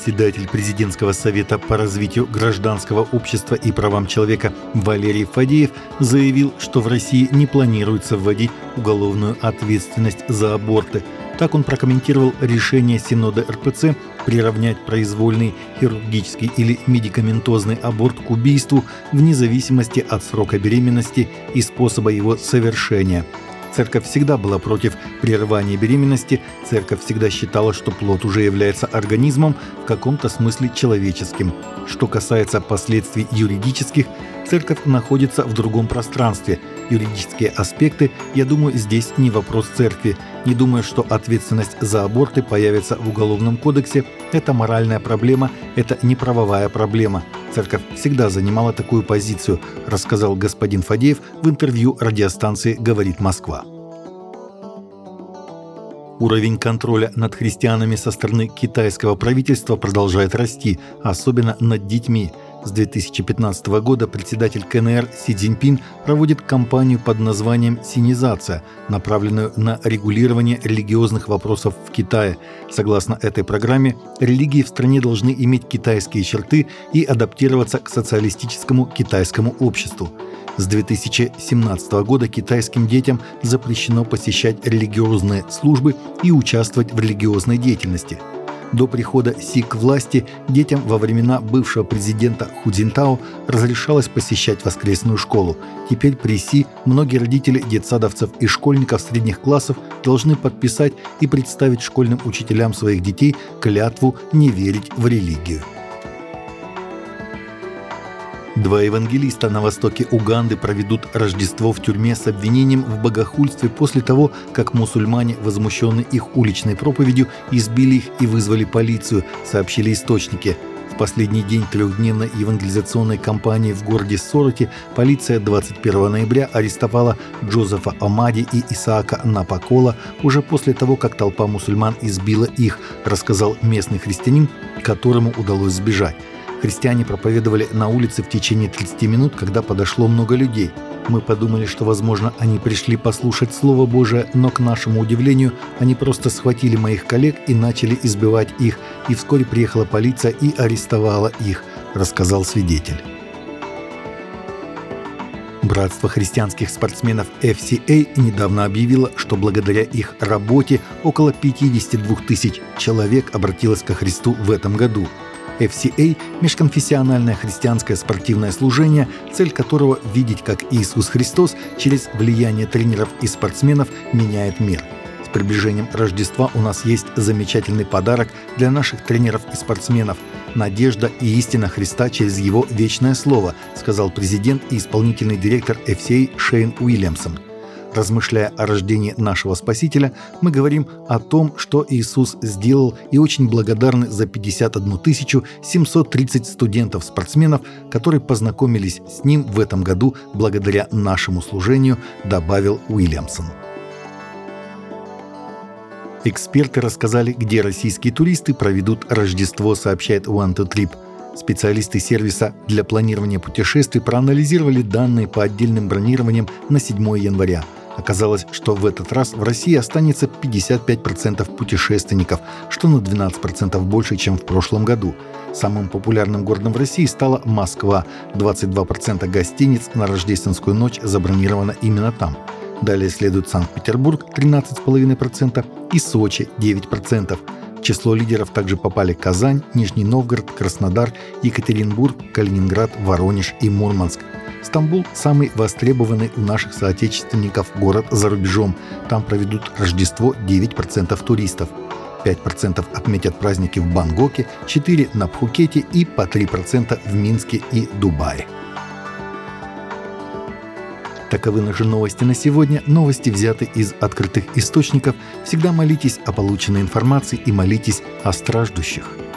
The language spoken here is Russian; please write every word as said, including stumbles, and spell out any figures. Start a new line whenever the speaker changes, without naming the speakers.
Председатель Президентского совета по развитию гражданского общества и правам человека Валерий Фадеев заявил, что в России не планируется вводить уголовную ответственность за аборты. Так он прокомментировал решение Синода эр пэ цэ приравнять произвольный хирургический или медикаментозный аборт к убийству вне зависимости от срока беременности и способа его совершения. Церковь всегда была против прерывания беременности. Церковь всегда считала, что плод уже является организмом в каком-то смысле человеческим. Что касается последствий юридических, церковь находится в другом пространстве. Юридические аспекты, я думаю, здесь не вопрос церкви. Не думаю, что ответственность за аборты появится в Уголовном кодексе. Это моральная проблема, это не правовая проблема. Церковь всегда занимала такую позицию, рассказал господин Фадеев в интервью радиостанции «Говорит Москва». Уровень контроля над христианами со стороны китайского правительства продолжает расти, особенно над детьми. С две тысячи пятнадцатого года председатель ка эн эр Си Цзиньпин проводит кампанию под названием «Синизация», направленную на регулирование религиозных вопросов в Китае. Согласно этой программе, религии в стране должны иметь китайские черты и адаптироваться к социалистическому китайскому обществу. С две тысячи семнадцатого года китайским детям запрещено посещать религиозные службы и участвовать в религиозной деятельности. До прихода Си к власти детям во времена бывшего президента Ху Цзиньтао разрешалось посещать воскресную школу. Теперь при Си многие родители детсадовцев и школьников средних классов должны подписать и представить школьным учителям своих детей клятву не верить в религию. Два евангелиста на востоке Уганды проведут Рождество в тюрьме с обвинением в богохульстве после того, как мусульмане, возмущенные их уличной проповедью, избили их и вызвали полицию, сообщили источники. В последний день трехдневной евангелизационной кампании в городе Сороте полиция двадцать первого ноября арестовала Джозефа Омади и Исаака Напакола уже после того, как толпа мусульман избила их, рассказал местный христианин, которому удалось сбежать. Христиане проповедовали на улице в течение тридцати минут, когда подошло много людей. Мы подумали, что, возможно, они пришли послушать Слово Божие, но, к нашему удивлению, они просто схватили моих коллег и начали избивать их, и вскоре приехала полиция и арестовала их, рассказал свидетель. Братство христианских спортсменов эф си эй недавно объявило, что благодаря их работе около пятьдесят два тысяч человек обратилось ко Христу в этом году. эф си эй – межконфессиональное христианское спортивное служение, цель которого – видеть, как Иисус Христос через влияние тренеров и спортсменов меняет мир. С приближением Рождества у нас есть замечательный подарок для наших тренеров и спортсменов – надежда и истина Христа через Его вечное Слово, сказал президент и исполнительный директор эф си эй Шейн Уильямсон. Размышляя о рождении нашего Спасителя, мы говорим о том, что Иисус сделал, и очень благодарны за пятьдесят одну тысячу семьсот тридцать студентов-спортсменов, которые познакомились с Ним в этом году благодаря нашему служению, добавил Уильямсон. Эксперты рассказали, где российские туристы проведут Рождество, сообщает One Two Trip. Специалисты сервиса для планирования путешествий проанализировали данные по отдельным бронированиям на седьмое января. Оказалось, что в этот раз в России останется пятьдесят пять процентов путешественников, что на двенадцать процентов больше, чем в прошлом году. Самым популярным городом в России стала Москва. двадцать два процента гостиниц на рождественскую ночь забронировано именно там. Далее следует Санкт-Петербург тринадцать целых пять десятых процента и Сочи девять процентов. В число лидеров также попали Казань, Нижний Новгород, Краснодар, Екатеринбург, Калининград, Воронеж и Мурманск. Стамбул – самый востребованный у наших соотечественников город за рубежом. Там проведут Рождество девять процентов туристов. пять процентов отметят праздники в Бангкоке, четыре процента на Пхукете и по три процента в Минске и Дубае. Таковы наши новости на сегодня. Новости взяты из открытых источников. Всегда молитесь о полученной информации и молитесь о страждущих.